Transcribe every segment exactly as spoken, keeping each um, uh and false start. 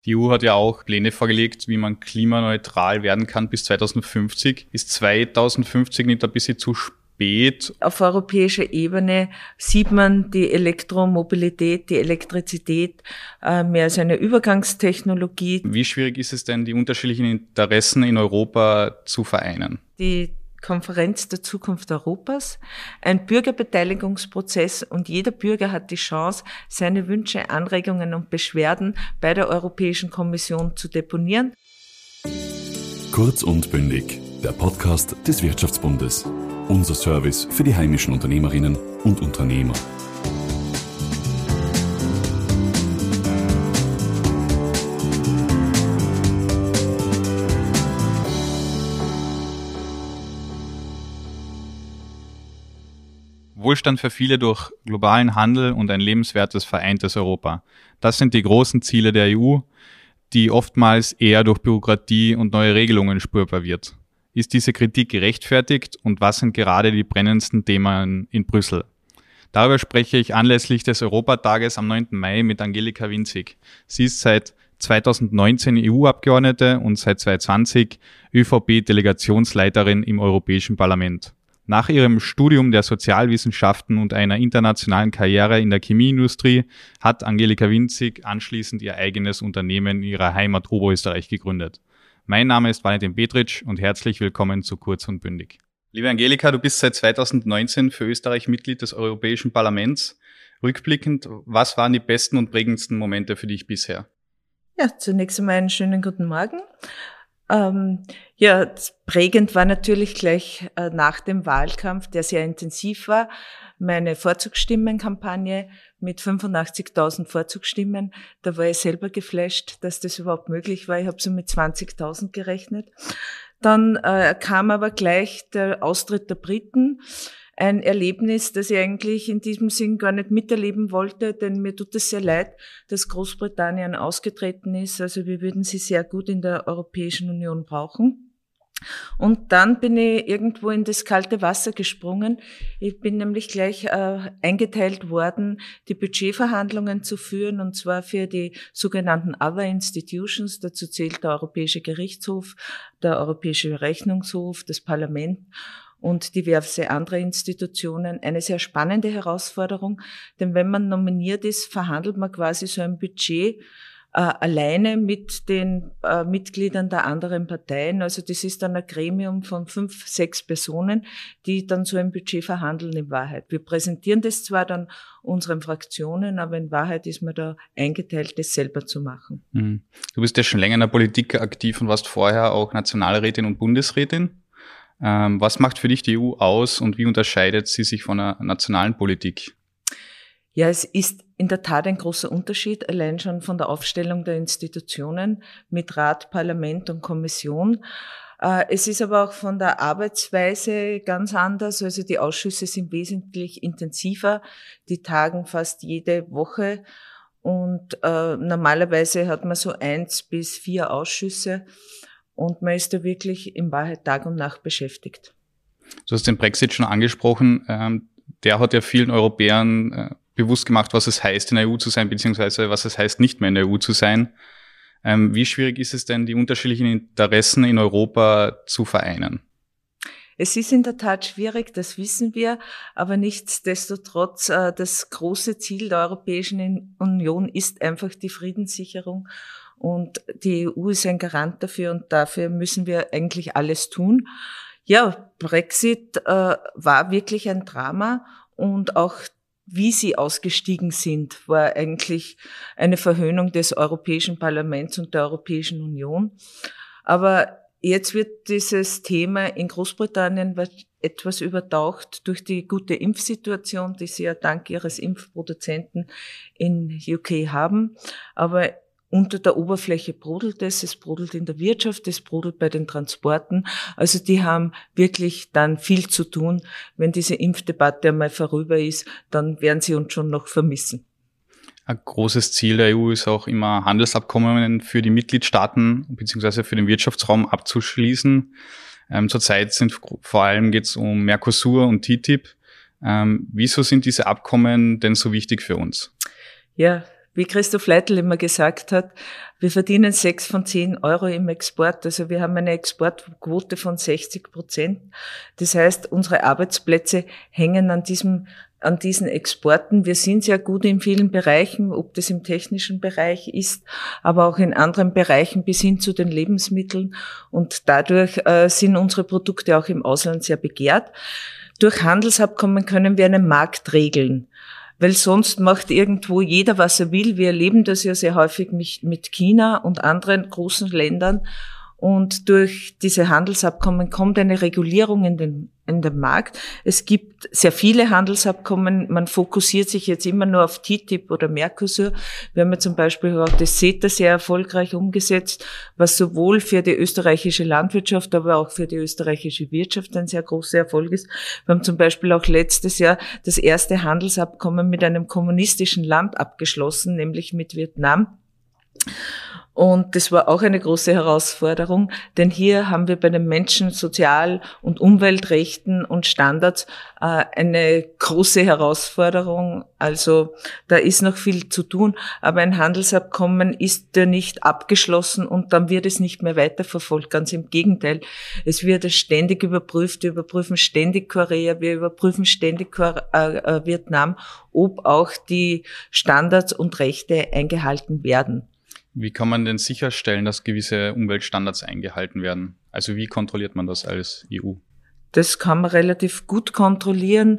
Die E U hat ja auch Pläne vorgelegt, wie man klimaneutral werden kann bis zweitausendfünfzig. Ist zweitausendfünfzig nicht ein bisschen zu spät? Auf europäischer Ebene sieht man die Elektromobilität, die Elektrizität äh, mehr als eine Übergangstechnologie. Wie schwierig ist es denn, die unterschiedlichen Interessen in Europa zu vereinen? Die Konferenz der Zukunft Europas, ein Bürgerbeteiligungsprozess, und jeder Bürger hat die Chance, seine Wünsche, Anregungen und Beschwerden bei der Europäischen Kommission zu deponieren. Kurz und bündig, der Podcast des Wirtschaftsbundes. Unser Service für die heimischen Unternehmerinnen und Unternehmer. Wohlstand für viele durch globalen Handel und ein lebenswertes, vereintes Europa. Das sind die großen Ziele der E U, die oftmals eher durch Bürokratie und neue Regelungen spürbar wird. Ist diese Kritik gerechtfertigt und was sind gerade die brennendsten Themen in Brüssel? Darüber spreche ich anlässlich des Europatages am neunten Mai mit Angelika Winzig. Sie ist seit zweitausendneunzehn E U-Abgeordnete und seit zweitausendzwanzig ÖVP-Delegationsleiterin im Europäischen Parlament. Nach ihrem Studium der Sozialwissenschaften und einer internationalen Karriere in der Chemieindustrie hat Angelika Winzig anschließend ihr eigenes Unternehmen in ihrer Heimat Oberösterreich gegründet. Mein Name ist Valentin Petritsch und herzlich willkommen zu Kurz und Bündig. Liebe Angelika, du bist seit zweitausendneunzehn für Österreich Mitglied des Europäischen Parlaments. Rückblickend, was waren die besten und prägendsten Momente für dich bisher? Ja, zunächst einmal einen schönen guten Morgen. Ähm, ja, prägend war natürlich gleich äh, nach dem Wahlkampf, der sehr intensiv war, meine Vorzugsstimmenkampagne mit fünfundachtzigtausend Vorzugsstimmen. Da war ich selber geflasht, dass das überhaupt möglich war. Ich habe so mit zwanzigtausend gerechnet. Dann äh, kam aber gleich der Austritt der Briten. Ein Erlebnis, das ich eigentlich in diesem Sinn gar nicht miterleben wollte, denn mir tut es sehr leid, dass Großbritannien ausgetreten ist. Also wir würden sie sehr gut in der Europäischen Union brauchen. Und dann bin ich irgendwo in das kalte Wasser gesprungen. Ich bin nämlich gleich äh, eingeteilt worden, die Budgetverhandlungen zu führen, und zwar für die sogenannten Other Institutions. Dazu zählt der Europäische Gerichtshof, der Europäische Rechnungshof, das Parlament und diverse andere Institutionen. Eine sehr spannende Herausforderung, denn wenn man nominiert ist, verhandelt man quasi so ein Budget äh, alleine mit den äh, Mitgliedern der anderen Parteien. Also das ist dann ein Gremium von fünf, sechs Personen, die dann so ein Budget verhandeln in Wahrheit. Wir präsentieren das zwar dann unseren Fraktionen, aber in Wahrheit ist man da eingeteilt, das selber zu machen. Du bist ja schon länger in der Politik aktiv und warst vorher auch Nationalrätin und Bundesrätin. Ähm, was macht für dich die E U aus und wie unterscheidet sie sich von der nationalen Politik? Ja, es ist in der Tat ein großer Unterschied, allein schon von der Aufstellung der Institutionen mit Rat, Parlament und Kommission. Äh, es ist aber auch von der Arbeitsweise ganz anders. Also die Ausschüsse sind wesentlich intensiver. Die tagen fast jede Woche und äh, normalerweise hat man so eins bis vier Ausschüsse. Und man ist da wirklich in Wahrheit Tag und Nacht beschäftigt. Du hast den Brexit schon angesprochen. Ähm, der hat ja vielen Europäern äh, bewusst gemacht, was es heißt, in der E U zu sein, beziehungsweise was es heißt, nicht mehr in der E U zu sein. Ähm, wie schwierig ist es denn, die unterschiedlichen Interessen in Europa zu vereinen? Es ist in der Tat schwierig, das wissen wir, aber nichtsdestotrotz, äh, das große Ziel der Europäischen Union ist einfach die Friedenssicherung. Und die E U ist ein Garant dafür und dafür müssen wir eigentlich alles tun. Ja, Brexit äh, war wirklich ein Drama und auch wie sie ausgestiegen sind, war eigentlich eine Verhöhnung des Europäischen Parlaments und der Europäischen Union. Aber jetzt wird dieses Thema in Großbritannien etwas übertaucht durch die gute Impfsituation, die sie ja dank ihres Impfproduzenten in U K haben. Aber unter der Oberfläche brodelt es, es brodelt in der Wirtschaft, es brodelt bei den Transporten. Also die haben wirklich dann viel zu tun. Wenn diese Impfdebatte einmal vorüber ist, dann werden sie uns schon noch vermissen. Ein großes Ziel der E U ist auch immer, Handelsabkommen für die Mitgliedstaaten bzw. für den Wirtschaftsraum abzuschließen. Ähm, zurzeit sind vor allem geht es um Mercosur und T T I P. Ähm, wieso sind diese Abkommen denn so wichtig für uns? Ja, Wie Christoph Leitl immer gesagt hat, wir verdienen sechs von zehn Euro im Export. Also wir haben eine Exportquote von sechzig Prozent. Das heißt, unsere Arbeitsplätze hängen an diesem, an diesen Exporten. Wir sind sehr gut in vielen Bereichen, ob das im technischen Bereich ist, aber auch in anderen Bereichen bis hin zu den Lebensmitteln. Und dadurch äh, sind unsere Produkte auch im Ausland sehr begehrt. Durch Handelsabkommen können wir einen Markt regeln. Weil sonst macht irgendwo jeder, was er will. Wir erleben das ja sehr häufig mit China und anderen großen Ländern. Und durch diese Handelsabkommen kommt eine Regulierung in den, in den Markt. Es gibt sehr viele Handelsabkommen. Man fokussiert sich jetzt immer nur auf T T I P oder Mercosur. Wir haben ja zum Beispiel auch das CETA sehr erfolgreich umgesetzt, was sowohl für die österreichische Landwirtschaft, aber auch für die österreichische Wirtschaft ein sehr großer Erfolg ist. Wir haben zum Beispiel auch letztes Jahr das erste Handelsabkommen mit einem kommunistischen Land abgeschlossen, nämlich mit Vietnam. Und das war auch eine große Herausforderung, denn hier haben wir bei den Menschen Sozial- und Umweltrechten und Standards äh, eine große Herausforderung. Also da ist noch viel zu tun, aber ein Handelsabkommen ist ja nicht abgeschlossen und dann wird es nicht mehr weiterverfolgt. Ganz im Gegenteil, es wird ständig überprüft. Wir überprüfen ständig Korea, wir überprüfen ständig Korea, äh, Vietnam, ob auch die Standards und Rechte eingehalten werden. Wie kann man denn sicherstellen, dass gewisse Umweltstandards eingehalten werden? Also wie kontrolliert man das als E U? Das kann man relativ gut kontrollieren.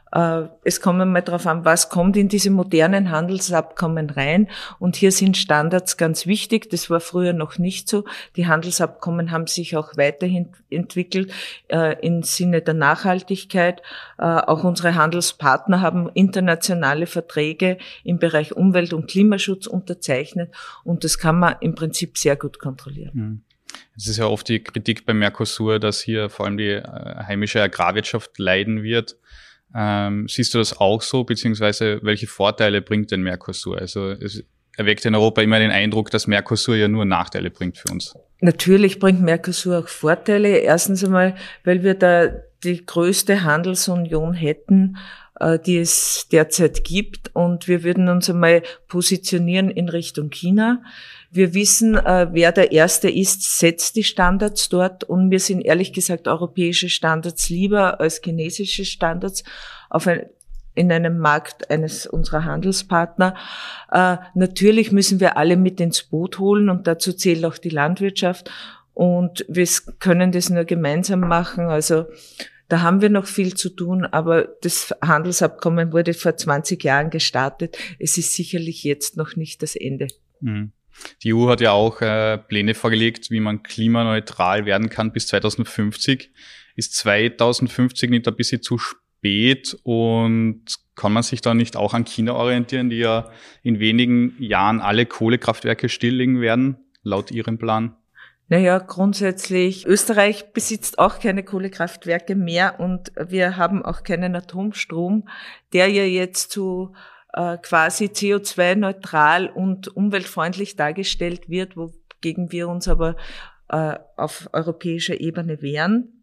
Es kommt mal darauf an, was kommt in diese modernen Handelsabkommen rein. Und hier sind Standards ganz wichtig. Das war früher noch nicht so. Die Handelsabkommen haben sich auch weiterhin entwickelt äh, im Sinne der Nachhaltigkeit. Äh, auch unsere Handelspartner haben internationale Verträge im Bereich Umwelt- und Klimaschutz unterzeichnet. Und das kann man im Prinzip sehr gut kontrollieren. Es ist ja oft die Kritik beim Mercosur, dass hier vor allem die äh, heimische Agrarwirtschaft leiden wird. Ähm, siehst du das auch so, beziehungsweise welche Vorteile bringt denn Mercosur? Also es erweckt in Europa immer den Eindruck, dass Mercosur ja nur Nachteile bringt für uns. Natürlich bringt Mercosur auch Vorteile. Erstens einmal, weil wir da die größte Handelsunion hätten, äh, die es derzeit gibt. Und wir würden uns einmal positionieren in Richtung China. Wir wissen, äh, wer der Erste ist, setzt die Standards dort. Und mir sind ehrlich gesagt europäische Standards lieber als chinesische Standards auf ein, in einem Markt eines unserer Handelspartner. Äh, natürlich müssen wir alle mit ins Boot holen und dazu zählt auch die Landwirtschaft. Und wir können das nur gemeinsam machen. Also da haben wir noch viel zu tun, aber das Handelsabkommen wurde vor zwanzig Jahren gestartet. Es ist sicherlich jetzt noch nicht das Ende. Mhm. Die E U hat ja auch äh, Pläne vorgelegt, wie man klimaneutral werden kann bis zweitausendfünfzig. Ist zweitausendfünfzig nicht ein bisschen zu spät und kann man sich da nicht auch an China orientieren, die ja in wenigen Jahren alle Kohlekraftwerke stilllegen werden, laut ihrem Plan? Naja, grundsätzlich, Österreich besitzt auch keine Kohlekraftwerke mehr und wir haben auch keinen Atomstrom, der ja jetzt zu äh, quasi C O zwei neutral und umweltfreundlich dargestellt wird, wogegen wir uns aber äh, auf europäischer Ebene wehren.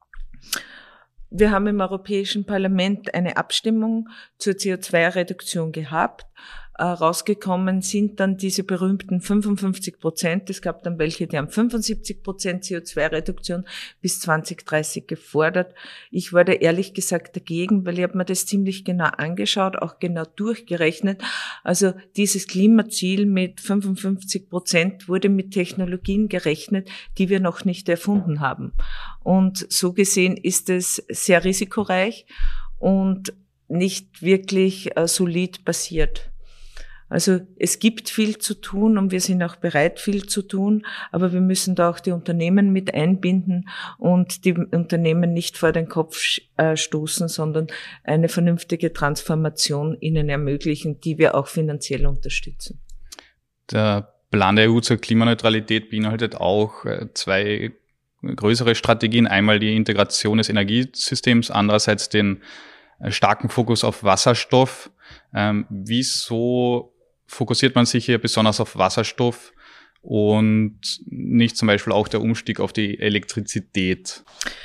Wir haben im Europäischen Parlament eine Abstimmung zur C O zwei Reduktion gehabt. Äh, rausgekommen sind dann diese berühmten fünfundfünfzig Prozent. Es gab dann welche, die haben fünfundsiebzig Prozent C O zwei Reduktion bis zwanzig dreißig gefordert. Ich war da ehrlich gesagt dagegen, weil ich habe mir das ziemlich genau angeschaut, auch genau durchgerechnet. Also dieses Klimaziel mit fünfundfünfzig Prozent wurde mit Technologien gerechnet, die wir noch nicht erfunden haben. Und so gesehen ist es sehr risikoreich und nicht wirklich äh, solid basiert. Also es gibt viel zu tun und wir sind auch bereit, viel zu tun, aber wir müssen da auch die Unternehmen mit einbinden und die Unternehmen nicht vor den Kopf stoßen, sondern eine vernünftige Transformation ihnen ermöglichen, die wir auch finanziell unterstützen. Der Plan der E U zur Klimaneutralität beinhaltet auch zwei größere Strategien. Einmal die Integration des Energiesystems, andererseits den starken Fokus auf Wasserstoff. Ähm, wieso fokussiert man sich hier besonders auf Wasserstoff und nicht zum Beispiel auch der Umstieg auf die Elektrizität?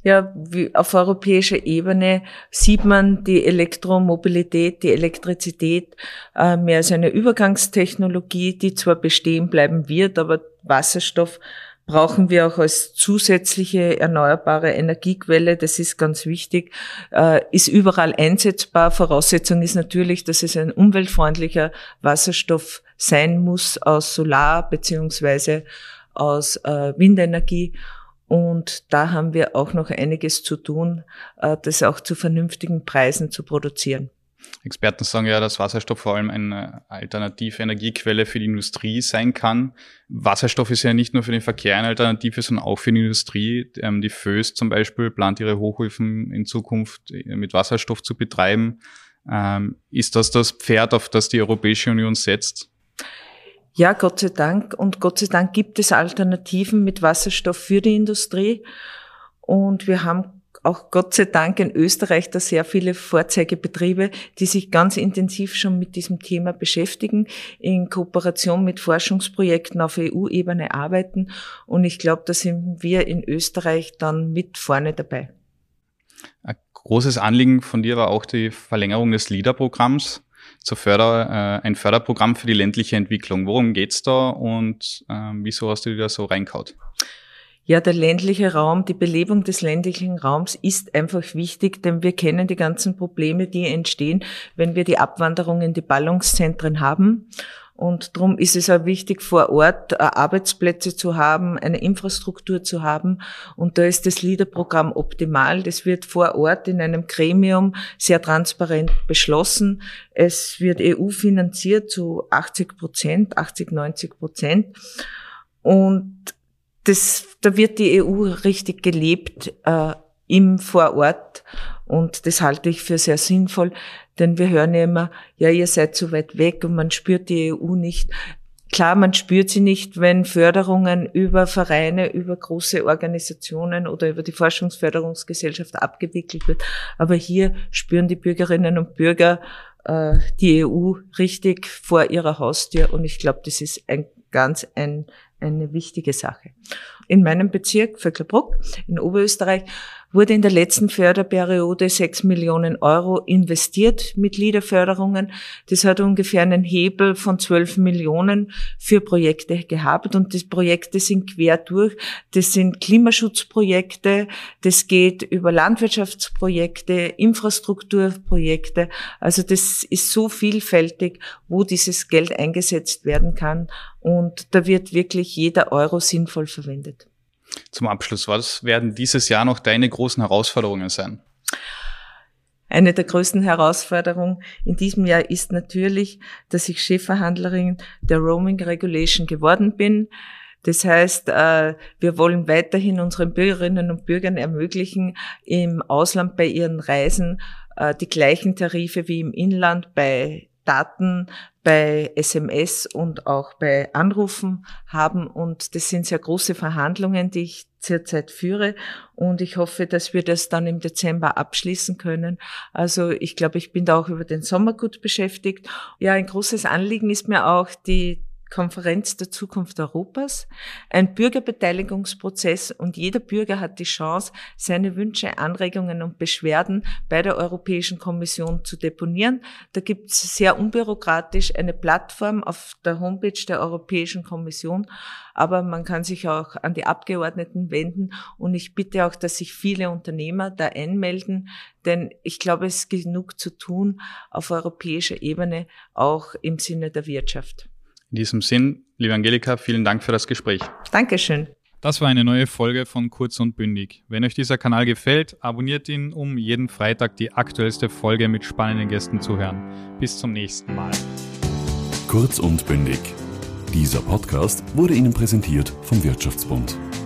Ja, wie auf europäischer Ebene sieht man die Elektromobilität, die Elektrizität äh, mehr als eine Übergangstechnologie, die zwar bestehen bleiben wird, aber Wasserstoff brauchen wir auch als zusätzliche erneuerbare Energiequelle. Das ist ganz wichtig, äh, ist überall einsetzbar. Voraussetzung ist natürlich, dass es ein umweltfreundlicher Wasserstoff sein muss aus Solar- beziehungsweise aus äh, Windenergie. Und da haben wir auch noch einiges zu tun, äh, das auch zu vernünftigen Preisen zu produzieren. Experten sagen ja, dass Wasserstoff vor allem eine alternative Energiequelle für die Industrie sein kann. Wasserstoff ist ja nicht nur für den Verkehr eine Alternative, sondern auch für die Industrie. Ähm, die Voest zum Beispiel plant ihre Hochöfen in Zukunft mit Wasserstoff zu betreiben. Ähm, ist das das Pferd, auf das die Europäische Union setzt? Ja, Gott sei Dank. Und Gott sei Dank gibt es Alternativen mit Wasserstoff für die Industrie. Und wir haben auch Gott sei Dank in Österreich da sehr viele Vorzeigebetriebe, die sich ganz intensiv schon mit diesem Thema beschäftigen, in Kooperation mit Forschungsprojekten auf E U-Ebene arbeiten. Und ich glaube, da sind wir in Österreich dann mit vorne dabei. Ein großes Anliegen von dir war auch die Verlängerung des LEADER-Programms, zur Förder, äh, ein Förderprogramm für die ländliche Entwicklung. Worum geht's da und äh, wieso hast du dir da so reingehauen? Ja, der ländliche Raum, die Belebung des ländlichen Raums ist einfach wichtig, denn wir kennen die ganzen Probleme, die entstehen, wenn wir die Abwanderung in die Ballungszentren haben. Und darum ist es auch wichtig, vor Ort Arbeitsplätze zu haben, eine Infrastruktur zu haben. Und da ist das LEADER-Programm optimal. Das wird vor Ort in einem Gremium sehr transparent beschlossen. Es wird E U finanziert zu achtzig Prozent, achtzig, neunzig Prozent. Und Das, da wird die E U richtig gelebt äh, im Vorort und das halte ich für sehr sinnvoll, denn wir hören ja immer, ja, ihr seid so weit weg und man spürt die E U nicht. Klar, man spürt sie nicht, wenn Förderungen über Vereine, über große Organisationen oder über die Forschungsförderungsgesellschaft abgewickelt wird, aber hier spüren die Bürgerinnen und Bürger äh, die E U richtig vor ihrer Haustür und ich glaube, das ist ein ganz ein eine wichtige Sache. In meinem Bezirk, Vöcklerbruck, in Oberösterreich, wurde in der letzten Förderperiode sechs Millionen Euro investiert mit LEADER-Förderungen. Das hat ungefähr einen Hebel von zwölf Millionen für Projekte gehabt und die Projekte sind quer durch. Das sind Klimaschutzprojekte, das geht über Landwirtschaftsprojekte, Infrastrukturprojekte. Also das ist so vielfältig, wo dieses Geld eingesetzt werden kann und da wird wirklich jeder Euro sinnvoll verwendet. Zum Abschluss, was werden dieses Jahr noch deine großen Herausforderungen sein? Eine der größten Herausforderungen in diesem Jahr ist natürlich, dass ich Chefverhandlerin der Roaming Regulation geworden bin. Das heißt, wir wollen weiterhin unseren Bürgerinnen und Bürgern ermöglichen, im Ausland bei ihren Reisen die gleichen Tarife wie im Inland bei Daten, bei S M S und auch bei Anrufen haben. Und das sind sehr große Verhandlungen, die ich zurzeit führe. Und ich hoffe, dass wir das dann im Dezember abschließen können. Also ich glaube, ich bin da auch über den Sommer gut beschäftigt. Ja, ein großes Anliegen ist mir auch die Konferenz der Zukunft Europas, ein Bürgerbeteiligungsprozess und jeder Bürger hat die Chance, seine Wünsche, Anregungen und Beschwerden bei der Europäischen Kommission zu deponieren. Da gibt es sehr unbürokratisch eine Plattform auf der Homepage der Europäischen Kommission, aber man kann sich auch an die Abgeordneten wenden und ich bitte auch, dass sich viele Unternehmer da einmelden, denn ich glaube, es ist genug zu tun auf europäischer Ebene, auch im Sinne der Wirtschaft. In diesem Sinn, liebe Angelika, vielen Dank für das Gespräch. Dankeschön. Das war eine neue Folge von Kurz und Bündig. Wenn euch dieser Kanal gefällt, abonniert ihn, um jeden Freitag die aktuellste Folge mit spannenden Gästen zu hören. Bis zum nächsten Mal. Kurz und Bündig. Dieser Podcast wurde Ihnen präsentiert vom Wirtschaftsbund.